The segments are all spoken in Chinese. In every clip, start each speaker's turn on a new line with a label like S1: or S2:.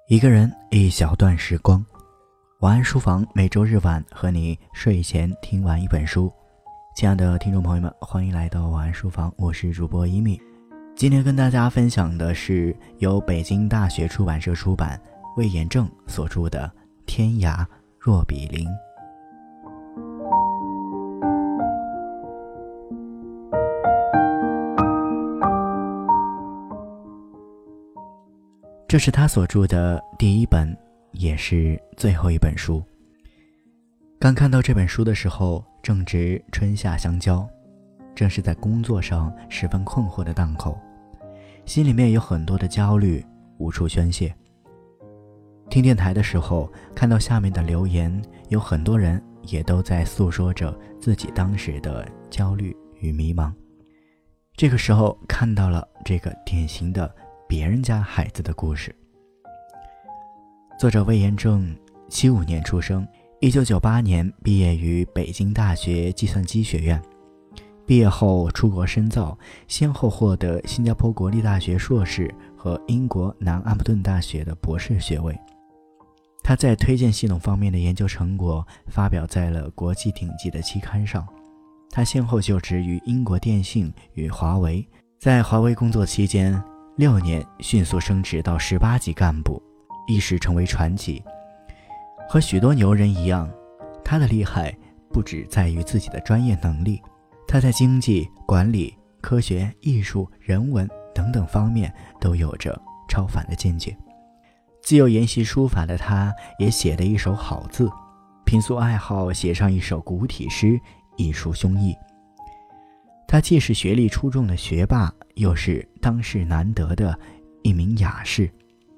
S1: 一个人一小段时光，晚安书房每周日晚和你睡前听完一本书。亲爱的听众朋友们，欢迎来到晚安书房，我是主播一米。今天跟大家分享的是由北京大学出版社出版，魏延正所著的《天涯若比邻》。这是他所著的第一本，也是最后一本书。刚看到这本书的时候，正值春夏相交，正是在工作上十分困惑的档口，心里面有很多的焦虑，无处宣泄。听电台的时候，看到下面的留言，有很多人也都在诉说着自己当时的焦虑与迷茫。这个时候看到了这个典型的别人家孩子的故事。作者魏延正75年出生，1998年毕业于北京大学计算机学院，毕业后出国深造，先后获得新加坡国立大学硕士和英国南安普顿大学的博士学位。他在推荐系统方面的研究成果发表在了国际顶级的期刊上。他先后就职于英国电信与华为，在华为工作期间6年迅速升职到18级干部，一时成为传奇。和许多牛人一样，他的厉害不只在于自己的专业能力，他在经济、管理、科学、艺术、人文等等方面都有着超凡的见解。自幼研习书法的他，也写得一手好字，平素爱好写上一首古体诗，一抒胸臆。他既是学历出众的学霸，又是当世难得的一名雅士。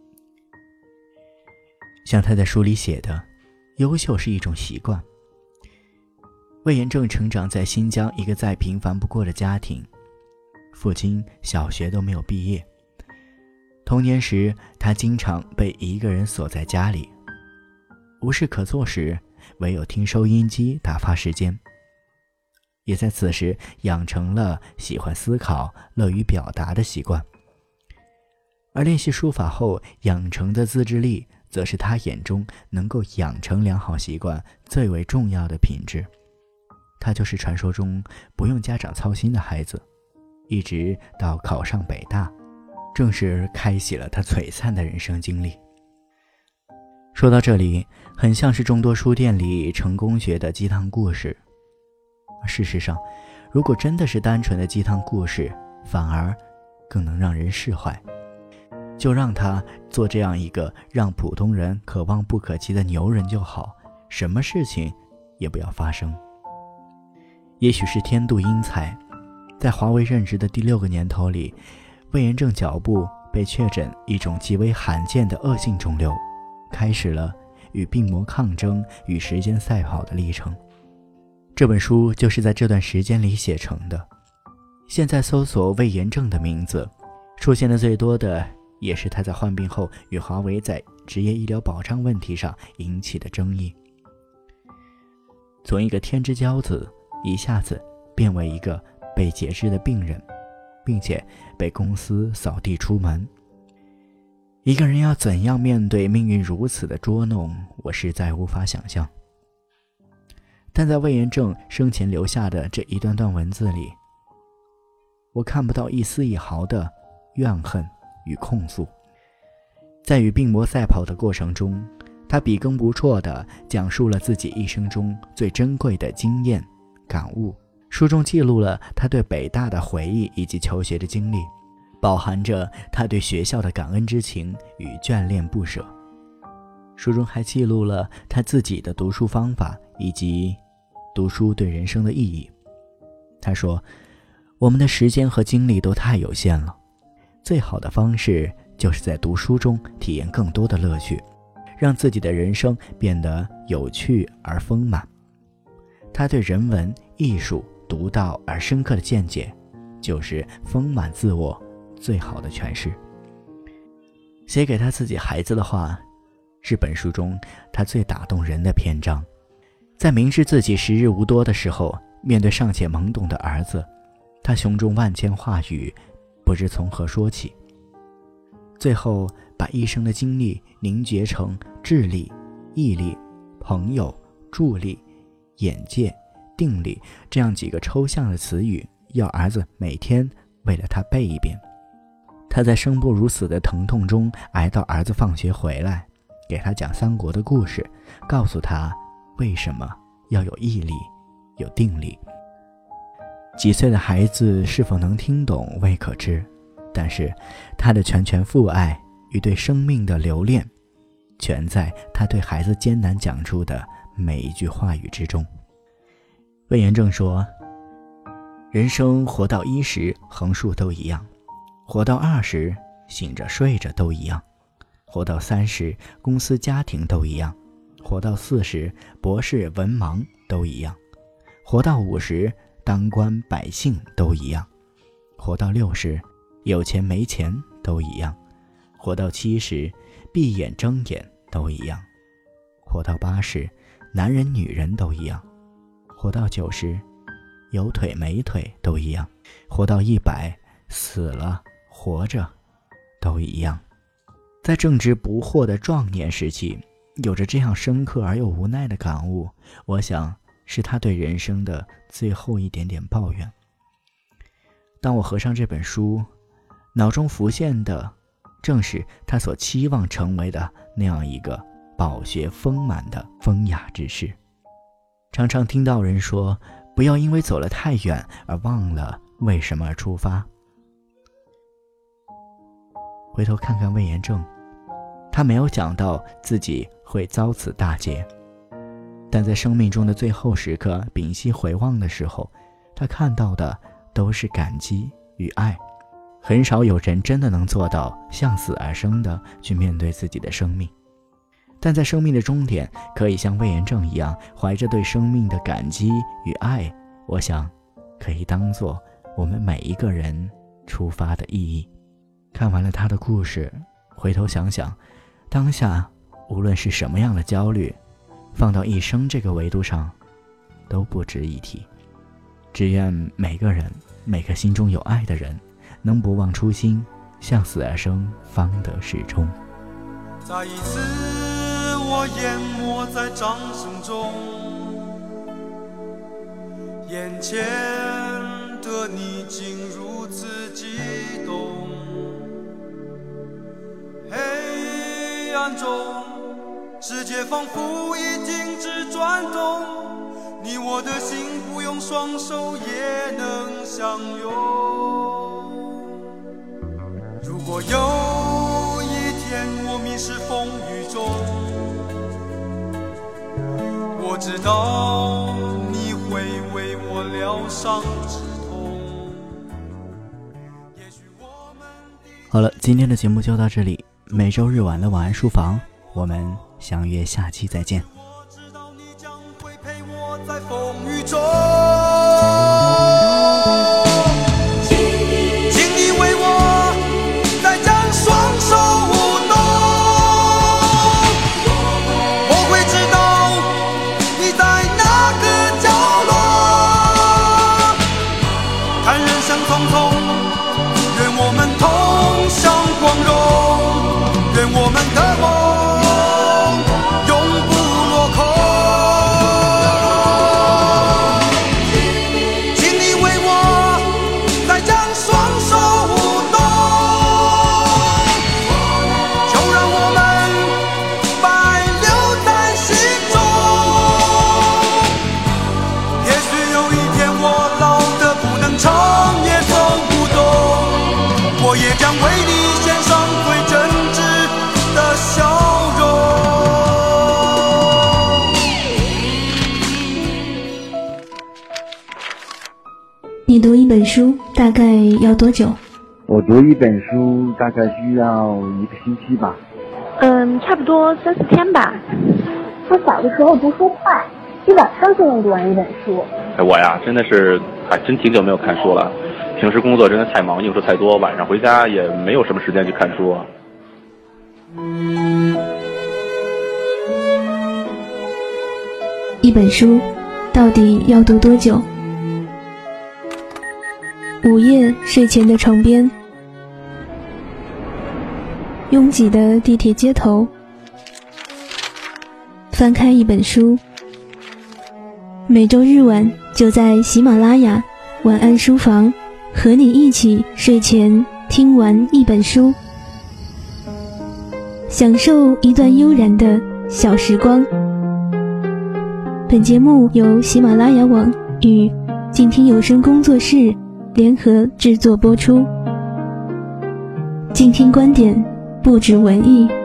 S1: 像他在书里写的，优秀是一种习惯。魏延正成长在新疆一个再平凡不过的家庭，父亲小学都没有毕业。童年时，他经常被一个人锁在家里，无事可做时，唯有听收音机打发时间。也在此时养成了喜欢思考、乐于表达的习惯。而练习书法后养成的自制力，则是他眼中能够养成良好习惯最为重要的品质。他就是传说中不用家长操心的孩子，一直到考上北大，正式开启了他璀璨的人生经历。说到这里，很像是众多书店里成功学的鸡汤故事。事实上，如果真的是单纯的鸡汤故事，反而更能让人释怀。就让他做这样一个让普通人可望不可及的牛人就好，什么事情也不要发生。也许是天妒英才，在华为任职的第6个年头里，魏延正脚部被确诊一种极为罕见的恶性肿瘤，开始了与病魔抗争、与时间赛跑的历程。这本书就是在这段时间里写成的。现在搜索魏延正的名字，出现的最多的也是他在患病后与华为在职业医疗保障问题上引起的争议。从一个天之骄子，一下子变为一个被截肢的病人，并且被公司扫地出门。一个人要怎样面对命运如此的捉弄，我实在无法想象。但在魏延正生前留下的这一段段文字里，我看不到一丝一毫的怨恨与控诉。在与病魔赛跑的过程中，他笔耕不辍地讲述了自己一生中最珍贵的经验感悟。书中记录了他对北大的回忆以及求学的经历，饱含着他对学校的感恩之情与眷恋不舍。书中还记录了他自己的读书方法以及读书对人生的意义。他说，我们的时间和精力都太有限了，最好的方式就是在读书中体验更多的乐趣，让自己的人生变得有趣而丰满。他对人文、艺术独到而深刻的见解，就是丰满自我最好的诠释。写给他自己孩子的话，是本书中他最打动人的篇章。在明知自己时日无多的时候，面对尚且懵懂的儿子，他胸中万千话语不知从何说起。 最后把一生的经历凝结成智力、毅力、朋友、助力、眼界、定力这样几个抽象的词语，要儿子每天为了他背一遍。他在生不如死的疼痛中挨到儿子放学回来，给他讲三国的故事，告诉他为什么要有毅力、有定力。几岁的孩子是否能听懂未可知，但是他的全父爱与对生命的留恋，全在他对孩子艰难讲出的每一句话语之中。魏延正说，人生活到10横竖都一样，活到20醒着睡着都一样，活到30公司家庭都一样，活到40博士文盲都一样，活到50当官百姓都一样，活到60有钱没钱都一样，活到70闭眼睁眼都一样，活到80男人女人都一样，活到90有腿没腿都一样，活到100死了活着都一样。在正值不惑的壮年时期，有着这样深刻而又无奈的感悟，我想是他对人生的最后一点点抱怨。当我合上这本书，脑中浮现的正是他所期望成为的那样一个饱学丰满的风雅之士。常常听到人说，不要因为走了太远而忘了为什么而出发。回头看看魏延正，他没有想到自己会遭此大劫，但在生命中的最后时刻屏息回望的时候，他看到的都是感激与爱。很少有人真的能做到向死而生的去面对自己的生命，但在生命的终点可以像魏延正一样怀着对生命的感激与爱，我想可以当作我们每一个人出发的意义。看完了他的故事，回头想想，当下无论是什么样的焦虑，放到一生这个维度上都不值一提。只愿每个人，每个心中有爱的人，能不忘初心，向死而生，方得始终。
S2: 再一次我淹没在掌声中，眼前的你竟如此激动，黑暗中世界仿佛已停止转动，你我的心不用双手也能相拥。如果有一天我迷失风雨中，我知道你会为我疗伤止痛。也许我们
S1: 好了，今天的节目就到这里，每周日晚的晚安书房，我们相约下期再见。
S2: 我知道你将会陪我在风雨中，请你为我再将双手舞动，我会知道你在哪个角落。看人生匆匆，愿我们同享光荣，愿我们的梦
S3: 你读一本书大概要多久？
S4: 我读一本书大概需要1个星期吧。
S5: 差不多3、4天吧。我小的时候读书快，1晚上就能读完一本书。
S6: 我呀，真的是还真挺久没有看书了。平时工作真的太忙，应酬太多，晚上回家也没有什么时间去看书。
S3: 一本书到底要读多久？午夜睡前的床边， 拥挤的地铁街头，翻开一本书。每周日晚就在喜马拉雅晚安书房，和你一起睡前听完一本书，享受一段悠然的小时光。本节目由喜马拉雅网与静听有声工作室联合制作播出。静听观点，不止文艺。